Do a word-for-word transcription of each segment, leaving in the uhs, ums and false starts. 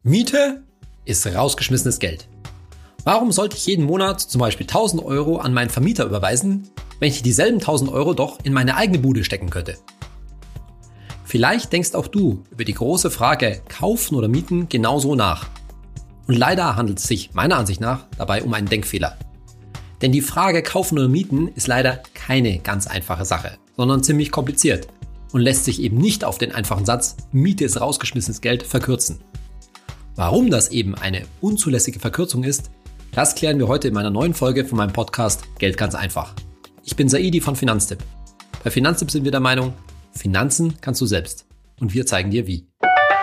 Miete ist rausgeschmissenes Geld. Warum sollte ich jeden Monat zum Beispiel tausend Euro an meinen Vermieter überweisen, wenn ich dieselben tausend Euro doch in meine eigene Bude stecken könnte? Vielleicht denkst auch du über die große Frage kaufen oder mieten genauso nach. Und leider handelt es sich meiner Ansicht nach dabei um einen Denkfehler. Denn die Frage kaufen oder mieten ist leider keine ganz einfache Sache, sondern ziemlich kompliziert und lässt sich eben nicht auf den einfachen Satz Miete ist rausgeschmissenes Geld verkürzen. Warum das eben eine unzulässige Verkürzung ist, das klären wir heute in meiner neuen Folge von meinem Podcast Geld ganz einfach. Ich bin Saidi von Finanztipp. Bei Finanztipp sind wir der Meinung, Finanzen kannst du selbst. Und wir zeigen dir wie.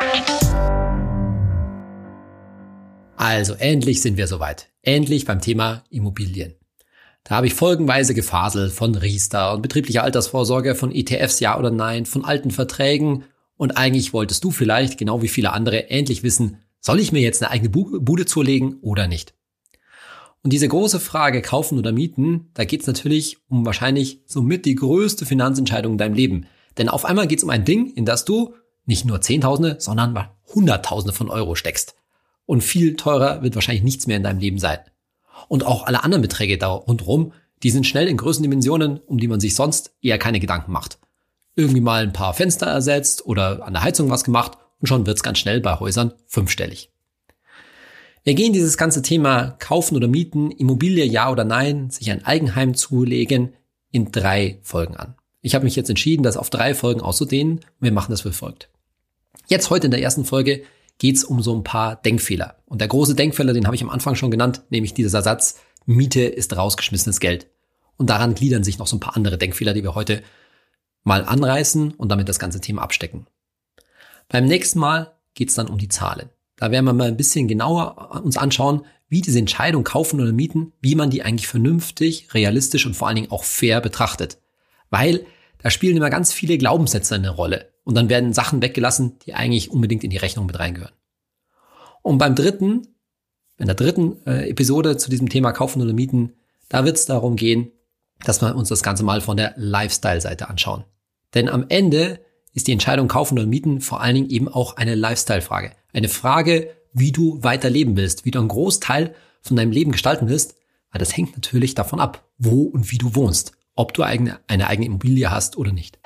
Also endlich sind wir soweit. Endlich beim Thema Immobilien. Da habe ich folgenweise gefaselt von Riester und betrieblicher Altersvorsorge, von E T Fs ja oder nein, von alten Verträgen. Und eigentlich wolltest du vielleicht, genau wie viele andere, endlich wissen, soll ich mir jetzt eine eigene Bude zulegen oder nicht? Und diese große Frage, kaufen oder mieten, da geht es natürlich um wahrscheinlich somit die größte Finanzentscheidung in deinem Leben. Denn auf einmal geht es um ein Ding, in das du nicht nur Zehntausende, sondern mal Hunderttausende von Euro steckst. Und viel teurer wird wahrscheinlich nichts mehr in deinem Leben sein. Und auch alle anderen Beträge da rundherum, die sind schnell in Größendimensionen, um die man sich sonst eher keine Gedanken macht. Irgendwie mal ein paar Fenster ersetzt oder an der Heizung was gemacht und schon wird's ganz schnell bei Häusern fünfstellig. Wir gehen dieses ganze Thema kaufen oder mieten, Immobilie ja oder nein, sich ein Eigenheim zulegen, in drei Folgen an. Ich habe mich jetzt entschieden, das auf drei Folgen auszudehnen und wir machen das wie folgt. Jetzt heute in der ersten Folge geht's um so ein paar Denkfehler. Und der große Denkfehler, den habe ich am Anfang schon genannt, nämlich dieser Satz, Miete ist rausgeschmissenes Geld. Und daran gliedern sich noch so ein paar andere Denkfehler, die wir heute mal anreißen und damit das ganze Thema abstecken. Beim nächsten Mal geht's dann um die Zahlen. Da werden wir mal ein bisschen genauer uns anschauen, wie diese Entscheidung kaufen oder mieten, wie man die eigentlich vernünftig, realistisch und vor allen Dingen auch fair betrachtet. Weil da spielen immer ganz viele Glaubenssätze eine Rolle und dann werden Sachen weggelassen, die eigentlich unbedingt in die Rechnung mit reingehören. Und beim dritten, in der dritten äh, Episode zu diesem Thema kaufen oder mieten, da wird's darum gehen, dass wir uns das Ganze mal von der Lifestyle-Seite anschauen. Denn am Ende ist die Entscheidung kaufen oder mieten vor allen Dingen eben auch eine Lifestyle-Frage. Eine Frage, wie du weiter leben willst, wie du einen Großteil von deinem Leben gestalten willst, weil das hängt natürlich davon ab, wo und wie du wohnst, ob du eigene, eine eigene Immobilie hast oder nicht.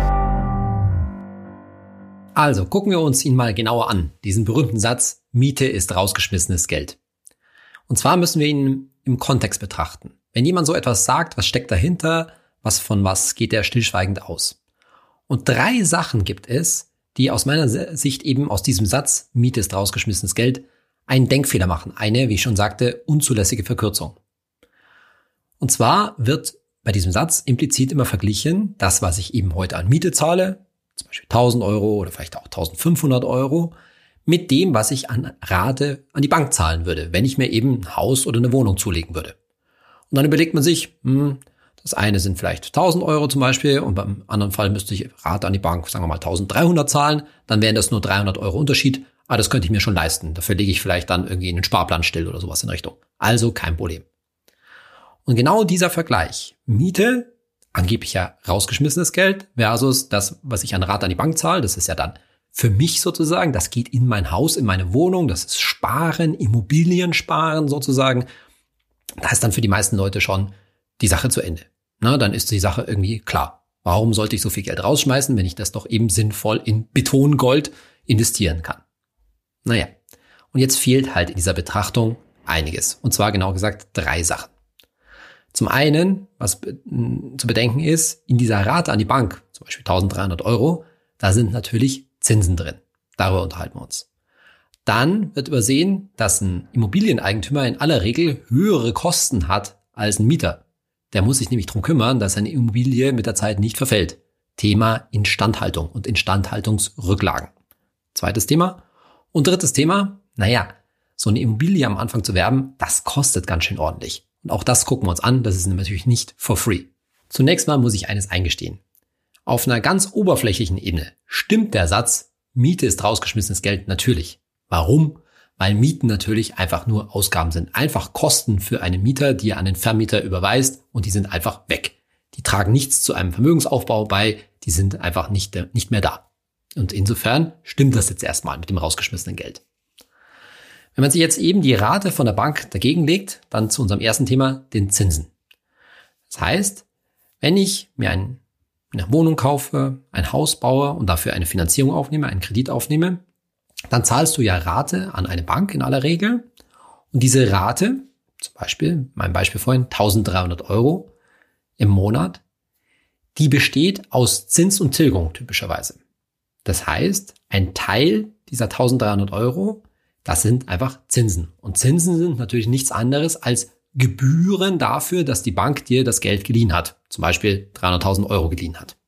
Also gucken wir uns ihn mal genauer an, diesen berühmten Satz, Miete ist rausgeschmissenes Geld. Und zwar müssen wir ihn im Kontext betrachten. Wenn jemand so etwas sagt, was steckt dahinter, was von was geht er stillschweigend aus? Und drei Sachen gibt es, die aus meiner Sicht eben aus diesem Satz, Miete ist rausgeschmissenes Geld, einen Denkfehler machen. Eine, wie ich schon sagte, unzulässige Verkürzung. Und zwar wird bei diesem Satz implizit immer verglichen, das, was ich eben heute an Miete zahle, zum Beispiel tausend Euro oder vielleicht auch eintausendfünfhundert Euro, mit dem, was ich an Rate an die Bank zahlen würde, wenn ich mir eben ein Haus oder eine Wohnung zulegen würde. Und dann überlegt man sich, hm, das eine sind vielleicht tausend Euro zum Beispiel und beim anderen Fall müsste ich Rate an die Bank, sagen wir mal eintausenddreihundert zahlen, dann wären das nur dreihundert Euro Unterschied, aber das könnte ich mir schon leisten. Dafür lege ich vielleicht dann irgendwie einen Sparplan still oder sowas in Richtung. Also kein Problem. Und genau dieser Vergleich, Miete, angeblich ja rausgeschmissenes Geld versus das, was ich an Rate an die Bank zahle, das ist ja dann für mich sozusagen, das geht in mein Haus, in meine Wohnung, das ist Sparen, Immobilien sparen sozusagen. Da ist dann für die meisten Leute schon die Sache zu Ende. Na, dann ist die Sache irgendwie klar. Warum sollte ich so viel Geld rausschmeißen, wenn ich das doch eben sinnvoll in Betongold investieren kann? Naja, und jetzt fehlt halt in dieser Betrachtung einiges. Und zwar genau gesagt drei Sachen. Zum einen, was zu bedenken ist, in dieser Rate an die Bank, zum Beispiel eintausenddreihundert Euro, da sind natürlich Zinsen drin. Darüber unterhalten wir uns. Dann wird übersehen, dass ein Immobilieneigentümer in aller Regel höhere Kosten hat als ein Mieter. Der muss sich nämlich darum kümmern, dass seine Immobilie mit der Zeit nicht verfällt. Thema Instandhaltung und Instandhaltungsrücklagen. Zweites Thema. Und drittes Thema, naja, so eine Immobilie am Anfang zu werben, das kostet ganz schön ordentlich. Und auch das gucken wir uns an, das ist natürlich nicht for free. Zunächst mal muss ich eines eingestehen. Auf einer ganz oberflächlichen Ebene stimmt der Satz, Miete ist rausgeschmissenes Geld natürlich. Warum? Weil Mieten natürlich einfach nur Ausgaben sind. Einfach Kosten für einen Mieter, die er an den Vermieter überweist und die sind einfach weg. Die tragen nichts zu einem Vermögensaufbau bei, die sind einfach nicht, nicht mehr da. Und insofern stimmt das jetzt erstmal mit dem rausgeschmissenen Geld. Wenn man sich jetzt eben die Rate von der Bank dagegen legt, dann zu unserem ersten Thema, den Zinsen. Das heißt, wenn ich mir ein, eine Wohnung kaufe, ein Haus baue und dafür eine Finanzierung aufnehme, einen Kredit aufnehme, dann zahlst du ja Rate an eine Bank in aller Regel. Und diese Rate, zum Beispiel, mein Beispiel vorhin, eintausenddreihundert Euro im Monat, die besteht aus Zins und Tilgung typischerweise. Das heißt, ein Teil dieser eintausenddreihundert Euro, das sind einfach Zinsen. Und Zinsen sind natürlich nichts anderes als Gebühren dafür, dass die Bank dir das Geld geliehen hat. Zum Beispiel dreihunderttausend Euro geliehen hat.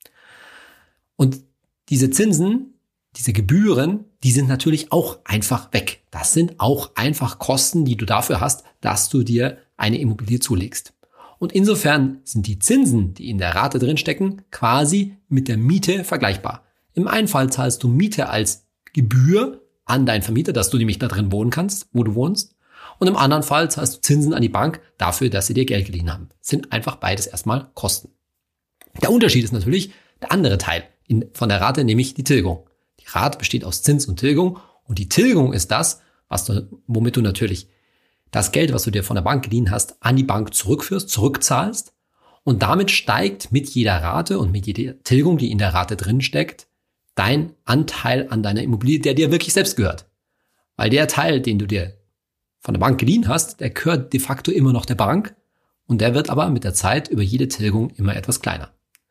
Und diese Zinsen, diese Gebühren, die sind natürlich auch einfach weg. Das sind auch einfach Kosten, die du dafür hast, dass du dir eine Immobilie zulegst. Und insofern sind die Zinsen, die in der Rate drinstecken, quasi mit der Miete vergleichbar. Im einen Fall zahlst du Miete als Gebühr an deinen Vermieter, dass du nämlich da drin wohnen kannst, wo du wohnst. Und im anderen Fall zahlst du Zinsen an die Bank dafür, dass sie dir Geld geliehen haben. Das sind einfach beides erstmal Kosten. Der Unterschied ist natürlich der andere Teil in, von der Rate, nämlich die Tilgung. Die Rate besteht aus Zins und Tilgung und die Tilgung ist das, was du, womit du natürlich das Geld, was du dir von der Bank geliehen hast, an die Bank zurückführst, zurückzahlst und damit steigt mit jeder Rate und mit jeder Tilgung, die in der Rate drin steckt, dein Anteil an deiner Immobilie, der dir wirklich selbst gehört. Weil der Teil, den du dir von der Bank geliehen hast, der gehört de facto immer noch der Bank und der wird aber mit der Zeit über jede Tilgung immer etwas kleiner.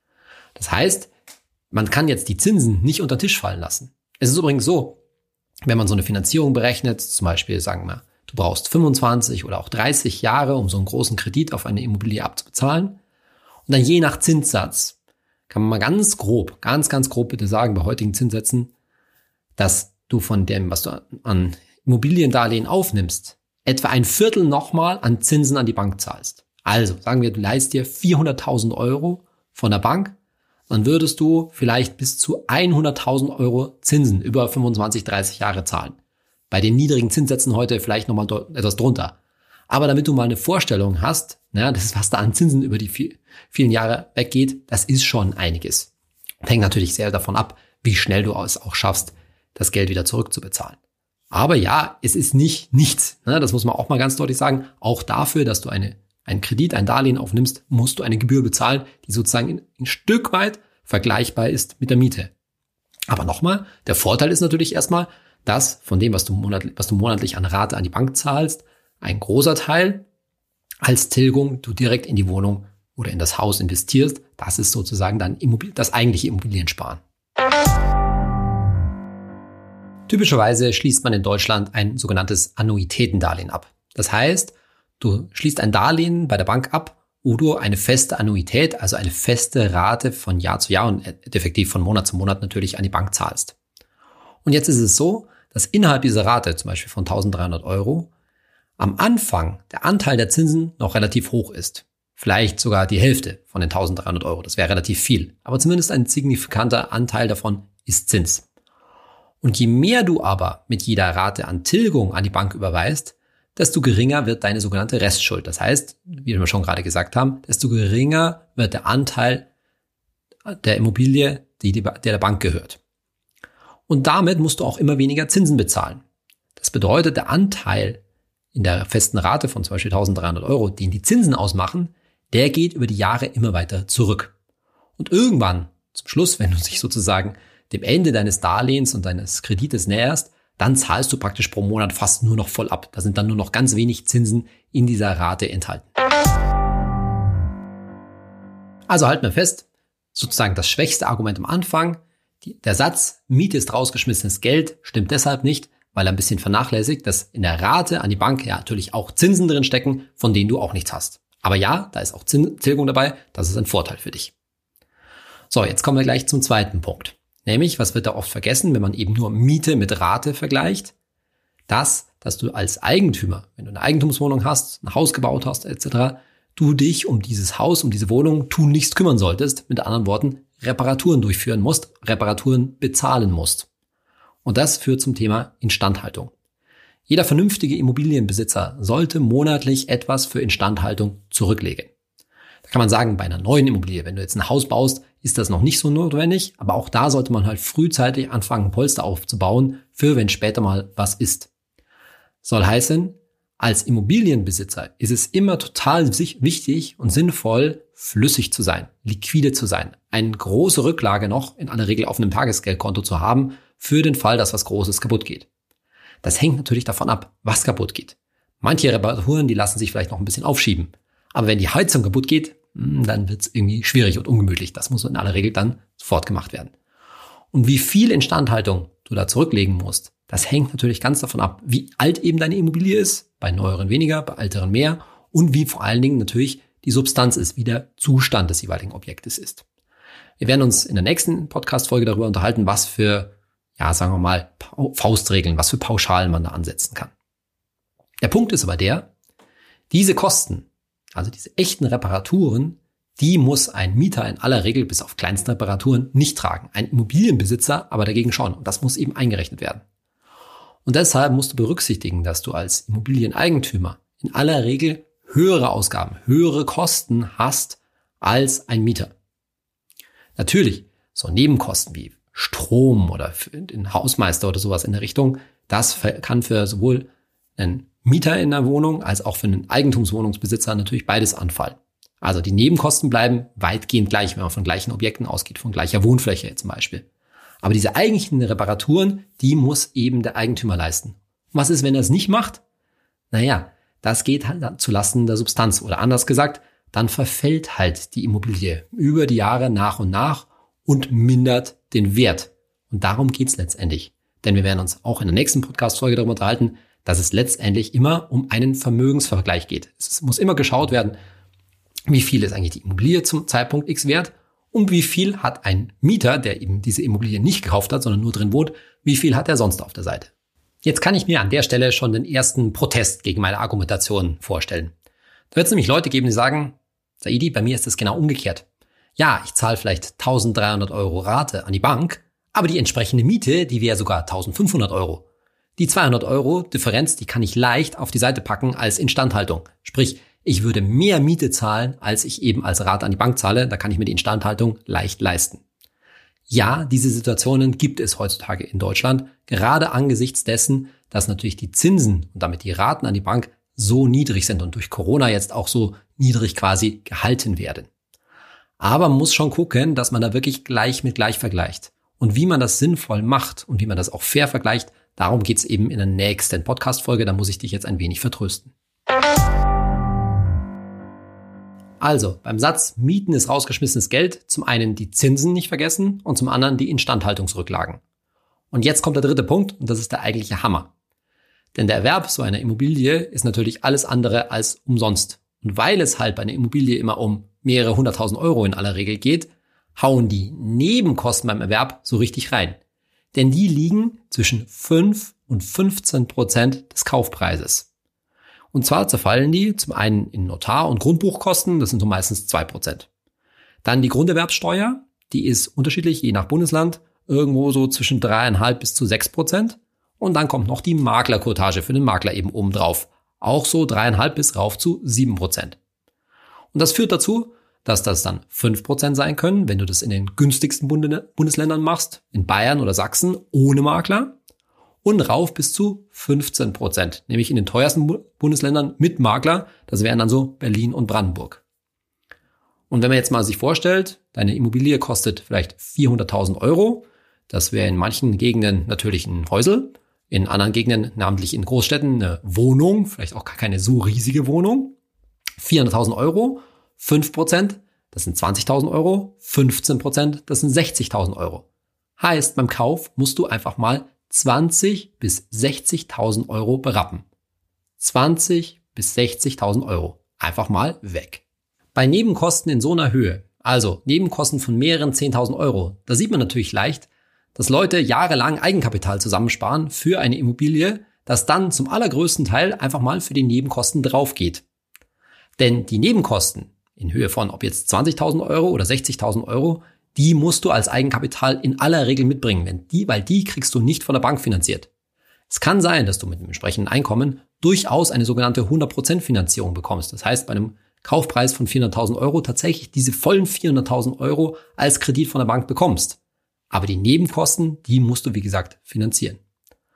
Das heißt, man kann jetzt die Zinsen nicht unter den Tisch fallen lassen. Es ist übrigens so, wenn man so eine Finanzierung berechnet, zum Beispiel sagen wir, du brauchst fünfundzwanzig oder auch dreißig Jahre, um so einen großen Kredit auf eine Immobilie abzubezahlen und dann je nach Zinssatz kann man mal ganz grob, ganz, ganz grob bitte sagen, bei heutigen Zinssätzen, dass du von dem, was du an Immobiliendarlehen aufnimmst, etwa ein Viertel nochmal an Zinsen an die Bank zahlst. Also, sagen wir, du leihst dir vierhunderttausend Euro von der Bank, dann würdest du vielleicht bis zu hunderttausend Euro Zinsen über fünfundzwanzig, dreißig Jahre zahlen. Bei den niedrigen Zinssätzen heute vielleicht nochmal etwas drunter. Aber damit du mal eine Vorstellung hast, na, das ist, was da an Zinsen über die viel, vielen Jahre weggeht, das ist schon einiges. Hängt natürlich sehr davon ab, wie schnell du es auch schaffst, das Geld wieder zurückzubezahlen. Aber ja, es ist nicht nichts. Ne? Das muss man auch mal ganz deutlich sagen. Auch dafür, dass du eine, einen Kredit, ein Darlehen aufnimmst, musst du eine Gebühr bezahlen, die sozusagen ein Stück weit vergleichbar ist mit der Miete. Aber nochmal, der Vorteil ist natürlich erstmal, dass von dem, was du monatlich, was du monatlich an Rate an die Bank zahlst, ein großer Teil als Tilgung du direkt in die Wohnung oder in das Haus investierst. Das ist sozusagen dann Immobil- das eigentliche Immobiliensparen. Typischerweise schließt man in Deutschland ein sogenanntes Annuitätendarlehen ab. Das heißt, du schließt ein Darlehen bei der Bank ab, wo du eine feste Annuität, also eine feste Rate von Jahr zu Jahr und effektiv von Monat zu Monat natürlich an die Bank zahlst. Und jetzt ist es so, dass innerhalb dieser Rate, zum Beispiel von eintausenddreihundert Euro, am Anfang der Anteil der Zinsen noch relativ hoch ist. Vielleicht sogar die Hälfte von den eintausenddreihundert Euro. Das wäre relativ viel. Aber zumindest ein signifikanter Anteil davon ist Zins. Und je mehr du aber mit jeder Rate an Tilgung an die Bank überweist, desto geringer wird deine sogenannte Restschuld. Das heißt, wie wir schon gerade gesagt haben, desto geringer wird der Anteil der Immobilie, die der der Bank gehört. Und damit musst du auch immer weniger Zinsen bezahlen. Das bedeutet, der Anteil in der festen Rate von zum Beispiel eintausenddreihundert Euro, den die Zinsen ausmachen, der geht über die Jahre immer weiter zurück. Und irgendwann, zum Schluss, wenn du dich sozusagen dem Ende deines Darlehens und deines Kredites näherst, dann zahlst du praktisch pro Monat fast nur noch voll ab. Da sind dann nur noch ganz wenig Zinsen in dieser Rate enthalten. Also halten wir fest, sozusagen das schwächste Argument am Anfang, die, der Satz, Miete ist rausgeschmissenes Geld, stimmt deshalb nicht, weil er ein bisschen vernachlässigt, dass in der Rate an die Bank ja natürlich auch Zinsen drin stecken, von denen du auch nichts hast. Aber ja, da ist auch Tilgung dabei, das ist ein Vorteil für dich. So, jetzt kommen wir gleich zum zweiten Punkt. Nämlich, was wird da oft vergessen, wenn man eben nur Miete mit Rate vergleicht? Das, dass du als Eigentümer, wenn du eine Eigentumswohnung hast, ein Haus gebaut hast, et cetera, du dich um dieses Haus, um diese Wohnung tunlichst kümmern solltest. Mit anderen Worten, Reparaturen durchführen musst, Reparaturen bezahlen musst. Und das führt zum Thema Instandhaltung. Jeder vernünftige Immobilienbesitzer sollte monatlich etwas für Instandhaltung zurücklegen. Da kann man sagen, bei einer neuen Immobilie, wenn du jetzt ein Haus baust, ist das noch nicht so notwendig, aber auch da sollte man halt frühzeitig anfangen, Polster aufzubauen, für wenn später mal was ist. Soll heißen, als Immobilienbesitzer ist es immer total wichtig und sinnvoll, flüssig zu sein, liquide zu sein, eine große Rücklage noch in aller Regel auf einem Tagesgeldkonto zu haben, für den Fall, dass was Großes kaputt geht. Das hängt natürlich davon ab, was kaputt geht. Manche Reparaturen, die lassen sich vielleicht noch ein bisschen aufschieben. Aber wenn die Heizung kaputt geht, dann wird es irgendwie schwierig und ungemütlich. Das muss in aller Regel dann sofort gemacht werden. Und wie viel Instandhaltung du da zurücklegen musst, das hängt natürlich ganz davon ab, wie alt eben deine Immobilie ist, bei neueren weniger, bei älteren mehr und wie vor allen Dingen natürlich die Substanz ist, wie der Zustand des jeweiligen Objektes ist. Wir werden uns in der nächsten Podcast-Folge darüber unterhalten, was für, ja, sagen wir mal, Faustregeln, was für Pauschalen man da ansetzen kann. Der Punkt ist aber der, diese Kosten, also diese echten Reparaturen, die muss ein Mieter in aller Regel bis auf kleinste Reparaturen nicht tragen. Ein Immobilienbesitzer aber dagegen schon. Und das muss eben eingerechnet werden. Und deshalb musst du berücksichtigen, dass du als Immobilieneigentümer in aller Regel höhere Ausgaben, höhere Kosten hast als ein Mieter. Natürlich, so Nebenkosten wie Strom oder für den Hausmeister oder sowas in der Richtung, das kann für sowohl einen Mieter in der Wohnung als auch für einen Eigentumswohnungsbesitzer natürlich beides anfallen. Also die Nebenkosten bleiben weitgehend gleich, wenn man von gleichen Objekten ausgeht, von gleicher Wohnfläche zum Beispiel. Aber diese eigentlichen Reparaturen, die muss eben der Eigentümer leisten. Was ist, wenn er es nicht macht? Naja, das geht halt zulasten der Substanz. Oder anders gesagt, dann verfällt halt die Immobilie über die Jahre nach und nach und mindert den Wert. Und darum geht's letztendlich. Denn wir werden uns auch in der nächsten Podcast-Folge darüber unterhalten, dass es letztendlich immer um einen Vermögensvergleich geht. Es muss immer geschaut werden, wie viel ist eigentlich die Immobilie zum Zeitpunkt X wert und wie viel hat ein Mieter, der eben diese Immobilie nicht gekauft hat, sondern nur drin wohnt, wie viel hat er sonst auf der Seite. Jetzt kann ich mir an der Stelle schon den ersten Protest gegen meine Argumentation vorstellen. Da wird es nämlich Leute geben, die sagen, Saidi, bei mir ist das genau umgekehrt. Ja, ich zahle vielleicht eintausenddreihundert Euro Rate an die Bank, aber die entsprechende Miete, die wäre sogar eintausendfünfhundert Euro. Die zweihundert Euro Differenz, die kann ich leicht auf die Seite packen als Instandhaltung. Sprich, ich würde mehr Miete zahlen, als ich eben als Rate an die Bank zahle. Da kann ich mir die Instandhaltung leicht leisten. Ja, diese Situationen gibt es heutzutage in Deutschland, gerade angesichts dessen, dass natürlich die Zinsen und damit die Raten an die Bank so niedrig sind und durch Corona jetzt auch so niedrig quasi gehalten werden. Aber man muss schon gucken, dass man da wirklich gleich mit gleich vergleicht. Und wie man das sinnvoll macht und wie man das auch fair vergleicht, darum geht's eben in der nächsten Podcast-Folge. Da muss ich dich jetzt ein wenig vertrösten. Also, beim Satz Mieten ist rausgeschmissenes Geld, zum einen die Zinsen nicht vergessen und zum anderen die Instandhaltungsrücklagen. Und jetzt kommt der dritte Punkt und das ist der eigentliche Hammer. Denn der Erwerb so einer Immobilie ist natürlich alles andere als umsonst. Und weil es halt bei einer Immobilie immer um mehrere hunderttausend Euro in aller Regel geht, hauen die Nebenkosten beim Erwerb so richtig rein. Denn die liegen zwischen fünf und fünfzehn Prozent des Kaufpreises. Und zwar zerfallen die zum einen in Notar- und Grundbuchkosten, das sind so meistens zwei Prozent. Dann die Grunderwerbsteuer, die ist unterschiedlich, je nach Bundesland, irgendwo so zwischen drei Komma fünf bis zu sechs Prozent. Und dann kommt noch die Maklerquotage für den Makler eben oben drauf. Auch so drei Komma fünf bis rauf zu sieben Prozent. Und das führt dazu, dass das dann fünf Prozent sein können, wenn du das in den günstigsten Bundesländern machst, in Bayern oder Sachsen ohne Makler. Und rauf bis zu fünfzehn Prozent, nämlich in den teuersten Bundesländern mit Makler, das wären dann so Berlin und Brandenburg. Und wenn man jetzt mal sich vorstellt, deine Immobilie kostet vielleicht vierhunderttausend Euro, das wäre in manchen Gegenden natürlich ein Häusel, in anderen Gegenden, namentlich in Großstädten, eine Wohnung, vielleicht auch keine so riesige Wohnung, vierhunderttausend Euro, fünf Prozent, das sind zwanzigtausend Euro, fünfzehn Prozent, das sind sechzigtausend Euro. Heißt, beim Kauf musst du einfach mal zwanzig bis sechzigtausend Euro berappen. zwanzig bis sechzigtausend Euro. Einfach mal weg. Bei Nebenkosten in so einer Höhe, also Nebenkosten von mehreren zehntausend Euro, da sieht man natürlich leicht, dass Leute jahrelang Eigenkapital zusammensparen für eine Immobilie, das dann zum allergrößten Teil einfach mal für die Nebenkosten drauf geht. Denn die Nebenkosten in Höhe von ob jetzt zwanzigtausend Euro oder sechzigtausend Euro, die musst du als Eigenkapital in aller Regel mitbringen, wenn die, weil die kriegst du nicht von der Bank finanziert. Es kann sein, dass du mit dem entsprechenden Einkommen durchaus eine sogenannte hundert Prozent Finanzierung bekommst. Das heißt, bei einem Kaufpreis von vierhunderttausend Euro tatsächlich diese vollen vierhunderttausend Euro als Kredit von der Bank bekommst. Aber die Nebenkosten, die musst du, wie gesagt, finanzieren.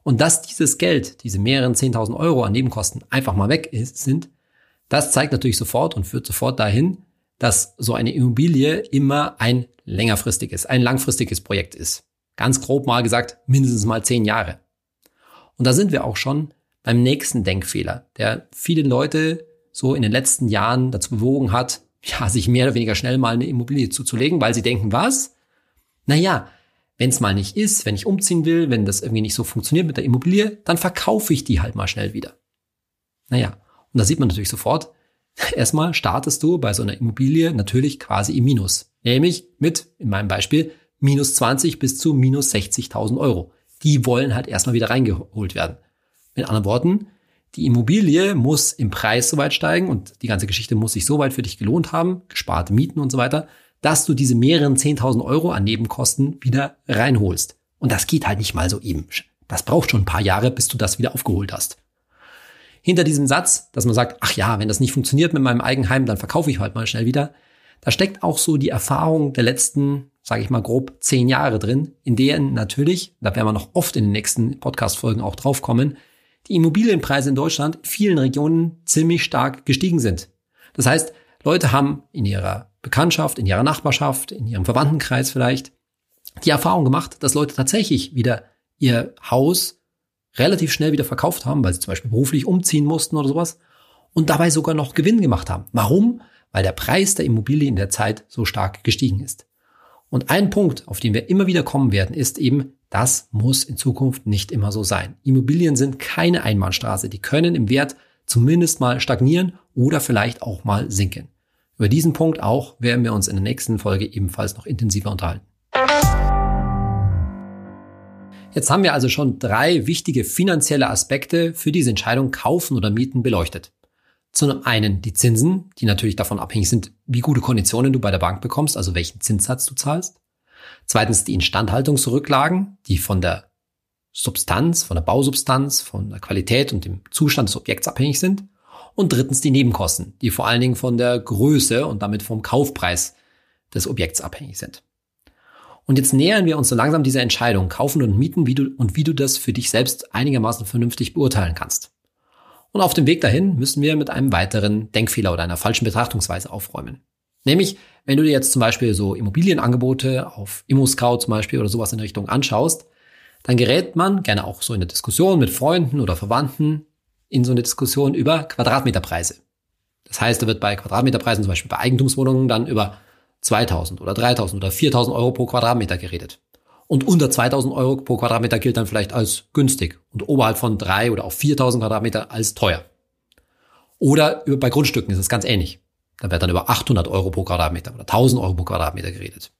Und dass dieses Geld, diese mehreren zehntausend Euro an Nebenkosten einfach mal weg ist, sind, das zeigt natürlich sofort und führt sofort dahin, dass so eine Immobilie immer ein längerfristiges, ein langfristiges Projekt ist. Ganz grob mal gesagt, mindestens mal zehn Jahre. Und da sind wir auch schon beim nächsten Denkfehler, der viele Leute so in den letzten Jahren dazu bewogen hat, ja, sich mehr oder weniger schnell mal eine Immobilie zuzulegen, weil sie denken, was? Naja, wenn es mal nicht ist, wenn ich umziehen will, wenn das irgendwie nicht so funktioniert mit der Immobilie, dann verkaufe ich die halt mal schnell wieder. Naja, und da sieht man natürlich sofort, erstmal startest du bei so einer Immobilie natürlich quasi im Minus. Nämlich mit, in meinem Beispiel, minus zwanzig bis zu minus sechzigtausend Euro. Die wollen halt erstmal wieder reingeholt werden. Mit anderen Worten, die Immobilie muss im Preis so weit steigen und die ganze Geschichte muss sich so weit für dich gelohnt haben, gesparte Mieten und so weiter, dass du diese mehreren zehntausend Euro an Nebenkosten wieder reinholst. Und das geht halt nicht mal so eben. Das braucht schon ein paar Jahre, bis du das wieder aufgeholt hast. Hinter diesem Satz, dass man sagt, ach ja, wenn das nicht funktioniert mit meinem Eigenheim, dann verkaufe ich halt mal schnell wieder, da steckt auch so die Erfahrung der letzten, sage ich mal grob, zehn Jahre drin, in denen natürlich, da werden wir noch oft in den nächsten Podcast-Folgen auch drauf kommen, die Immobilienpreise in Deutschland in vielen Regionen ziemlich stark gestiegen sind. Das heißt, Leute haben in ihrer Bekanntschaft, in ihrer Nachbarschaft, in ihrem Verwandtenkreis vielleicht die Erfahrung gemacht, dass Leute tatsächlich wieder ihr Haus relativ schnell wieder verkauft haben, weil sie zum Beispiel beruflich umziehen mussten oder sowas und dabei sogar noch Gewinn gemacht haben. Warum? Weil der Preis der Immobilie in der Zeit so stark gestiegen ist. Und ein Punkt, auf den wir immer wieder kommen werden, ist eben, das muss in Zukunft nicht immer so sein. Immobilien sind keine Einbahnstraße. Die können im Wert zumindest mal stagnieren oder vielleicht auch mal sinken. Über diesen Punkt auch werden wir uns in der nächsten Folge ebenfalls noch intensiver unterhalten. Jetzt haben wir also schon drei wichtige finanzielle Aspekte für diese Entscheidung kaufen oder mieten beleuchtet. Zum einen die Zinsen, die natürlich davon abhängig sind, wie gute Konditionen du bei der Bank bekommst, also welchen Zinssatz du zahlst. Zweitens die Instandhaltungsrücklagen, die von der Substanz, von der Bausubstanz, von der Qualität und dem Zustand des Objekts abhängig sind. Und drittens die Nebenkosten, die vor allen Dingen von der Größe und damit vom Kaufpreis des Objekts abhängig sind. Und jetzt nähern wir uns so langsam dieser Entscheidung, kaufen und mieten, wie du und wie du das für dich selbst einigermaßen vernünftig beurteilen kannst. Und auf dem Weg dahin müssen wir mit einem weiteren Denkfehler oder einer falschen Betrachtungsweise aufräumen. Nämlich, wenn du dir jetzt zum Beispiel so Immobilienangebote auf ImmoScout zum Beispiel oder sowas in der Richtung anschaust, dann gerät man gerne auch so in der Diskussion mit Freunden oder Verwandten in so eine Diskussion über Quadratmeterpreise. Das heißt, da wird bei Quadratmeterpreisen, zum Beispiel bei Eigentumswohnungen, dann über zweitausend oder dreitausend oder viertausend Euro pro Quadratmeter geredet. Und unter zweitausend Euro pro Quadratmeter gilt dann vielleicht als günstig und oberhalb von drei oder auch viertausend Quadratmeter als teuer. Oder bei Grundstücken ist es ganz ähnlich. Da wird dann über achthundert Euro pro Quadratmeter oder tausend Euro pro Quadratmeter geredet.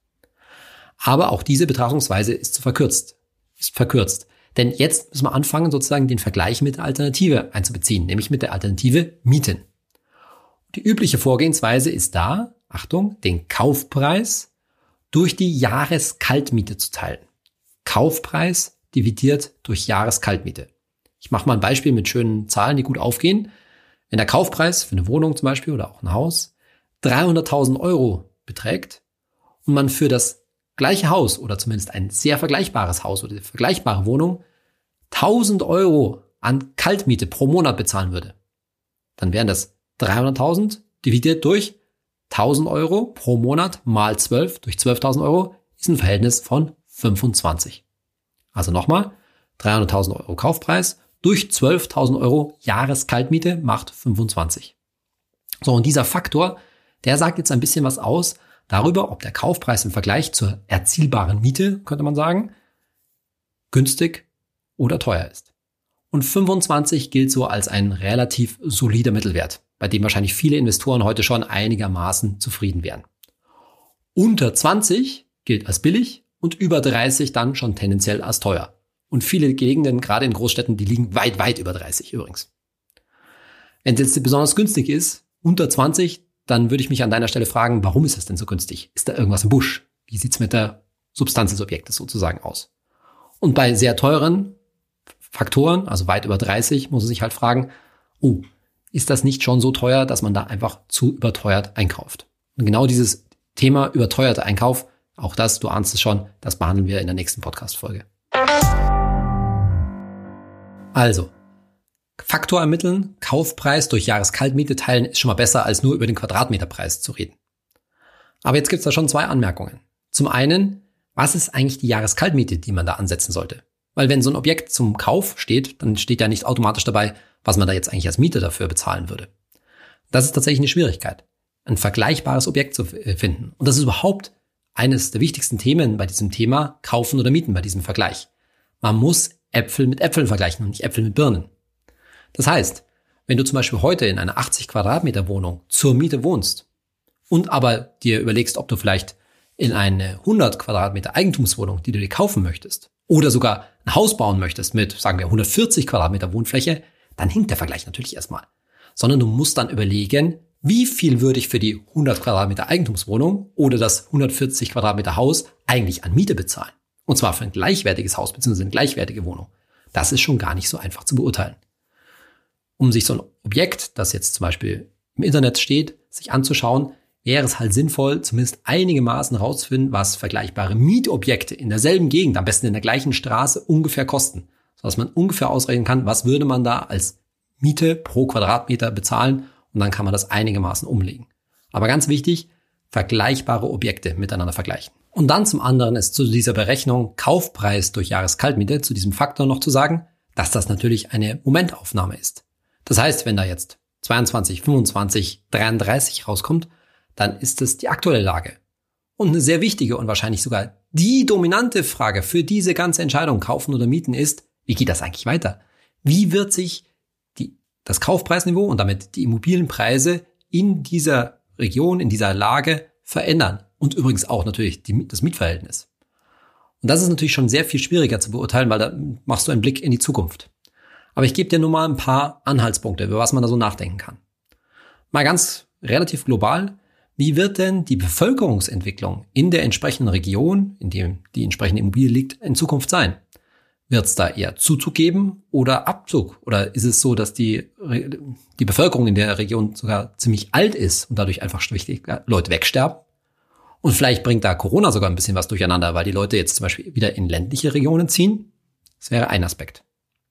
Aber auch diese Betrachtungsweise ist zu verkürzt. Ist verkürzt. Denn jetzt müssen wir anfangen, sozusagen den Vergleich mit der Alternative einzubeziehen, nämlich mit der Alternative Mieten. Die übliche Vorgehensweise ist da, Achtung, den Kaufpreis durch die Jahreskaltmiete zu teilen. Kaufpreis dividiert durch Jahreskaltmiete. Ich mache mal ein Beispiel mit schönen Zahlen, die gut aufgehen. Wenn der Kaufpreis für eine Wohnung zum Beispiel oder auch ein Haus dreihunderttausend Euro beträgt und man für das gleiche Haus oder zumindest ein sehr vergleichbares Haus oder eine vergleichbare Wohnung tausend Euro an Kaltmiete pro Monat bezahlen würde, dann wären das dreihunderttausend dividiert durch tausend Euro pro Monat mal zwölf durch zwölftausend Euro ist ein Verhältnis von fünfundzwanzig. Also nochmal, dreihunderttausend Euro Kaufpreis durch zwölftausend Euro Jahreskaltmiete macht fünfundzwanzig. So, und dieser Faktor, der sagt jetzt ein bisschen was aus darüber, ob der Kaufpreis im Vergleich zur erzielbaren Miete, könnte man sagen, günstig oder teuer ist. Und fünfundzwanzig gilt so als ein relativ solider Mittelwert, bei dem wahrscheinlich viele Investoren heute schon einigermaßen zufrieden wären. Unter zwanzig gilt als billig und über dreißig dann schon tendenziell als teuer. Und viele Gegenden, gerade in Großstädten, die liegen weit, weit über dreißig übrigens. Wenn es jetzt besonders günstig ist, unter zwanzig, dann würde ich mich an deiner Stelle fragen, warum ist das denn so günstig? Ist da irgendwas im Busch? Wie sieht's mit der Substanz des Objektes sozusagen aus? Und bei sehr teuren Faktoren, also weit über dreißig, muss man sich halt fragen, oh, ist das nicht schon so teuer, dass man da einfach zu überteuert einkauft? Und genau dieses Thema überteuerter Einkauf, auch das, du ahnst es schon, das behandeln wir in der nächsten Podcast-Folge. Also, Faktor ermitteln, Kaufpreis durch Jahreskaltmiete teilen ist schon mal besser, als nur über den Quadratmeterpreis zu reden. Aber jetzt gibt's da schon zwei Anmerkungen. Zum einen, was ist eigentlich die Jahreskaltmiete, die man da ansetzen sollte? Weil wenn so ein Objekt zum Kauf steht, dann steht ja nicht automatisch dabei, was man da jetzt eigentlich als Miete dafür bezahlen würde. Das ist tatsächlich eine Schwierigkeit, ein vergleichbares Objekt zu finden. Und das ist überhaupt eines der wichtigsten Themen bei diesem Thema Kaufen oder Mieten, bei diesem Vergleich. Man muss Äpfel mit Äpfeln vergleichen und nicht Äpfel mit Birnen. Das heißt, wenn du zum Beispiel heute in einer achtzig Quadratmeter Wohnung zur Miete wohnst und aber dir überlegst, ob du vielleicht in eine hundert Quadratmeter Eigentumswohnung, die du dir kaufen möchtest, oder sogar ein Haus bauen möchtest mit, sagen wir, hundertvierzig Quadratmeter Wohnfläche, dann hinkt der Vergleich natürlich erstmal. Sondern du musst dann überlegen, wie viel würde ich für die hundert Quadratmeter Eigentumswohnung oder das hundertvierzig Quadratmeter Haus eigentlich an Miete bezahlen. Und zwar für ein gleichwertiges Haus bzw. eine gleichwertige Wohnung. Das ist schon gar nicht so einfach zu beurteilen. Um sich so ein Objekt, das jetzt zum Beispiel im Internet steht, sich anzuschauen, wäre es halt sinnvoll, zumindest einigermaßen rauszufinden, was vergleichbare Mietobjekte in derselben Gegend, am besten in der gleichen Straße, ungefähr kosten. Sodass man ungefähr ausrechnen kann, was würde man da als Miete pro Quadratmeter bezahlen, und dann kann man das einigermaßen umlegen. Aber ganz wichtig, vergleichbare Objekte miteinander vergleichen. Und dann zum anderen ist zu dieser Berechnung Kaufpreis durch Jahreskaltmiete, zu diesem Faktor noch zu sagen, dass das natürlich eine Momentaufnahme ist. Das heißt, wenn da jetzt zweiundzwanzig, fünfundzwanzig, dreiunddreißig rauskommt, dann ist es die aktuelle Lage. Und eine sehr wichtige und wahrscheinlich sogar die dominante Frage für diese ganze Entscheidung, kaufen oder mieten, ist, wie geht das eigentlich weiter? Wie wird sich die, das Kaufpreisniveau und damit die Immobilienpreise in dieser Region, in dieser Lage verändern? Und übrigens auch natürlich die, das Mietverhältnis. Und das ist natürlich schon sehr viel schwieriger zu beurteilen, weil da machst du einen Blick in die Zukunft. Aber ich gebe dir nur mal ein paar Anhaltspunkte, über was man da so nachdenken kann. Mal ganz relativ global, wie wird denn die Bevölkerungsentwicklung in der entsprechenden Region, in dem die entsprechende Immobilie liegt, in Zukunft sein? Wird es da eher Zuzug geben oder Abzug? Oder ist es so, dass die, die Bevölkerung in der Region sogar ziemlich alt ist und dadurch einfach schlicht Leute wegsterben? Und vielleicht bringt da Corona sogar ein bisschen was durcheinander, weil die Leute jetzt zum Beispiel wieder in ländliche Regionen ziehen. Das wäre ein Aspekt.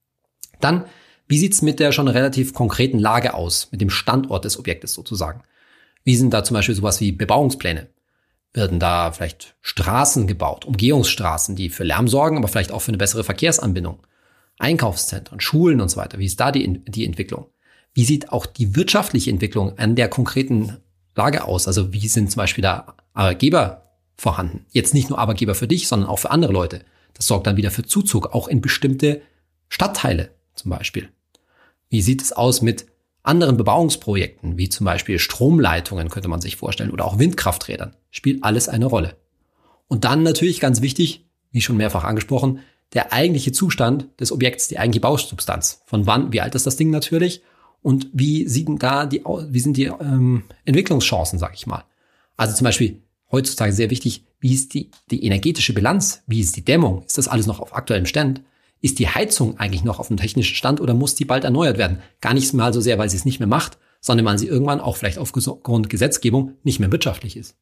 Dann, wie sieht's mit der schon relativ konkreten Lage aus, mit dem Standort des Objektes sozusagen? Wie sind da zum Beispiel sowas wie Bebauungspläne? Werden da vielleicht Straßen gebaut, Umgehungsstraßen, die für Lärm sorgen, aber vielleicht auch für eine bessere Verkehrsanbindung? Einkaufszentren, Schulen und so weiter. Wie ist da die, die Entwicklung? Wie sieht auch die wirtschaftliche Entwicklung an der konkreten Lage aus? Also wie sind zum Beispiel da Arbeitgeber vorhanden? Jetzt nicht nur Arbeitgeber für dich, sondern auch für andere Leute. Das sorgt dann wieder für Zuzug, auch in bestimmte Stadtteile zum Beispiel. Wie sieht es aus mit anderen Bebauungsprojekten, wie zum Beispiel Stromleitungen, könnte man sich vorstellen, oder auch Windkrafträdern? Spielt alles eine Rolle. Und dann natürlich ganz wichtig, wie schon mehrfach angesprochen, der eigentliche Zustand des Objekts, die eigentliche Bausubstanz. Von wann, wie alt ist das Ding natürlich? Und wie sieht denn da die, wie sind die ähm, Entwicklungschancen, sag ich mal? Also zum Beispiel heutzutage sehr wichtig, wie ist die, die energetische Bilanz? Wie ist die Dämmung? Ist das alles noch auf aktuellem Stand? Ist die Heizung eigentlich noch auf dem technischen Stand oder muss die bald erneuert werden? Gar nicht mal so sehr, weil sie es nicht mehr macht, sondern weil sie irgendwann auch vielleicht aufgrund Gesetzgebung nicht mehr wirtschaftlich ist.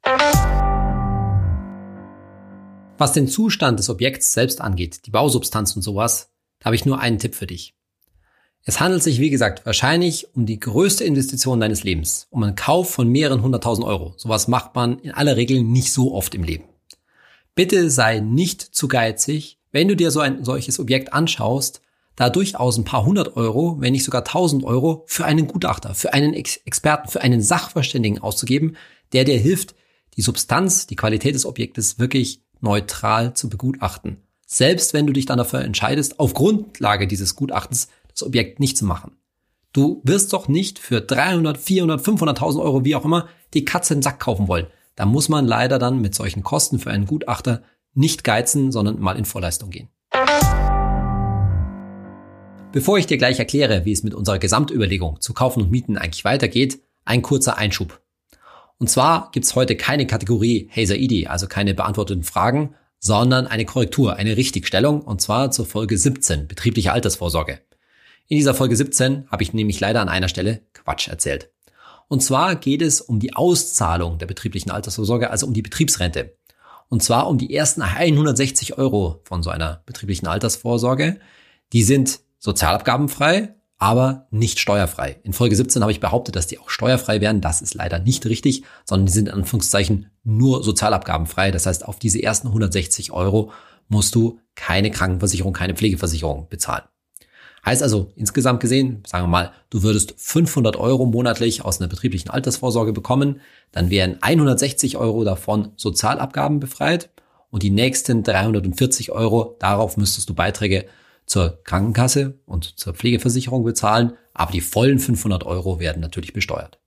Was den Zustand des Objekts selbst angeht, die Bausubstanz und sowas, da habe ich nur einen Tipp für dich. Es handelt sich, wie gesagt, wahrscheinlich um die größte Investition deines Lebens, um einen Kauf von mehreren hunderttausend Euro. Sowas macht man in aller Regel nicht so oft im Leben. Bitte sei nicht zu geizig, wenn du dir so ein solches Objekt anschaust, da durchaus ein paar hundert Euro, wenn nicht sogar tausend Euro für einen Gutachter, für einen Ex- Experten, für einen Sachverständigen auszugeben, der dir hilft, die Substanz, die Qualität des Objektes wirklich neutral zu begutachten. Selbst wenn du dich dann dafür entscheidest, auf Grundlage dieses Gutachtens das Objekt nicht zu machen. Du wirst doch nicht für dreihundert, vierhundert, fünfhunderttausend Euro, wie auch immer, die Katze im Sack kaufen wollen. Da muss man leider dann mit solchen Kosten für einen Gutachter nicht geizen, sondern mal in Vorleistung gehen. Bevor ich dir gleich erkläre, wie es mit unserer Gesamtüberlegung zu Kaufen und Mieten eigentlich weitergeht, ein kurzer Einschub. Und zwar gibt's heute keine Kategorie Hey Saidi, also keine beantworteten Fragen, sondern eine Korrektur, eine Richtigstellung, und zwar zur Folge siebzehn, betriebliche Altersvorsorge. In dieser Folge siebzehn habe ich nämlich leider an einer Stelle Quatsch erzählt. Und zwar geht es um die Auszahlung der betrieblichen Altersvorsorge, also um die Betriebsrente. Und zwar um die ersten hundertsechzig Euro von so einer betrieblichen Altersvorsorge. Die sind sozialabgabenfrei, aber nicht steuerfrei. In Folge siebzehn habe ich behauptet, dass die auch steuerfrei wären. Das ist leider nicht richtig, sondern die sind in Anführungszeichen nur sozialabgabenfrei. Das heißt, auf diese ersten hundertsechzig Euro musst du keine Krankenversicherung, keine Pflegeversicherung bezahlen. Heißt also, insgesamt gesehen, sagen wir mal, du würdest fünfhundert Euro monatlich aus einer betrieblichen Altersvorsorge bekommen, dann wären hundertsechzig Euro davon Sozialabgaben befreit und die nächsten dreihundertvierzig Euro, darauf müsstest du Beiträge zur Krankenkasse und zur Pflegeversicherung bezahlen, aber die vollen fünfhundert Euro werden natürlich besteuert.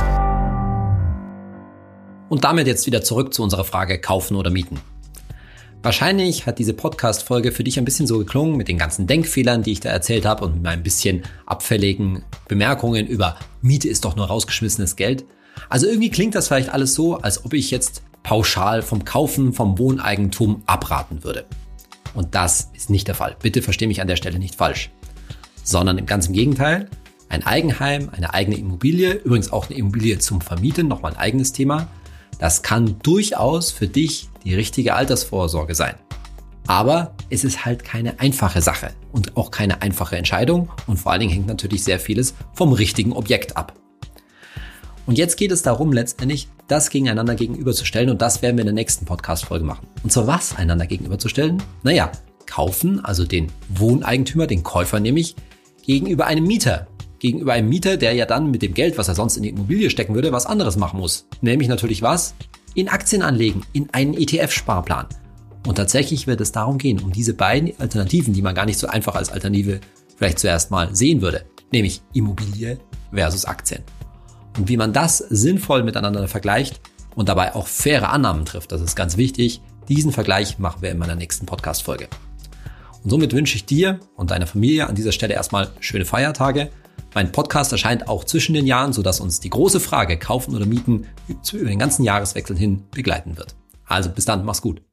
Und damit jetzt wieder zurück zu unserer Frage kaufen oder mieten. Wahrscheinlich hat diese Podcast-Folge für dich ein bisschen so geklungen mit den ganzen Denkfehlern, die ich da erzählt habe und mit meinen bisschen abfälligen Bemerkungen über Miete ist doch nur rausgeschmissenes Geld. Also irgendwie klingt das vielleicht alles so, als ob ich jetzt pauschal vom Kaufen vom Wohneigentum abraten würde. Und das ist nicht der Fall. Bitte versteh mich an der Stelle nicht falsch. Sondern im ganz im Gegenteil, ein Eigenheim, eine eigene Immobilie, übrigens auch eine Immobilie zum Vermieten, nochmal ein eigenes Thema, das kann durchaus für dich die richtige Altersvorsorge sein. Aber es ist halt keine einfache Sache und auch keine einfache Entscheidung und vor allen Dingen hängt natürlich sehr vieles vom richtigen Objekt ab. Und jetzt geht es darum, letztendlich das gegeneinander gegenüberzustellen und das werden wir in der nächsten Podcast-Folge machen. Und zwar was einander gegenüberzustellen? Naja, kaufen, also den Wohneigentümer, den Käufer nämlich, gegenüber einem Mieter. Gegenüber einem Mieter, der ja dann mit dem Geld, was er sonst in die Immobilie stecken würde, was anderes machen muss. Nämlich natürlich was? In Aktien anlegen, in einen E T F-Sparplan. Und tatsächlich wird es darum gehen, um diese beiden Alternativen, die man gar nicht so einfach als Alternative vielleicht zuerst mal sehen würde. Nämlich Immobilie versus Aktien. Und wie man das sinnvoll miteinander vergleicht und dabei auch faire Annahmen trifft, das ist ganz wichtig. Diesen Vergleich machen wir in meiner nächsten Podcast-Folge. Und somit wünsche ich dir und deiner Familie an dieser Stelle erstmal schöne Feiertage. Mein Podcast erscheint auch zwischen den Jahren, sodass uns die große Frage kaufen oder mieten über den ganzen Jahreswechsel hin begleiten wird. Also bis dann, mach's gut.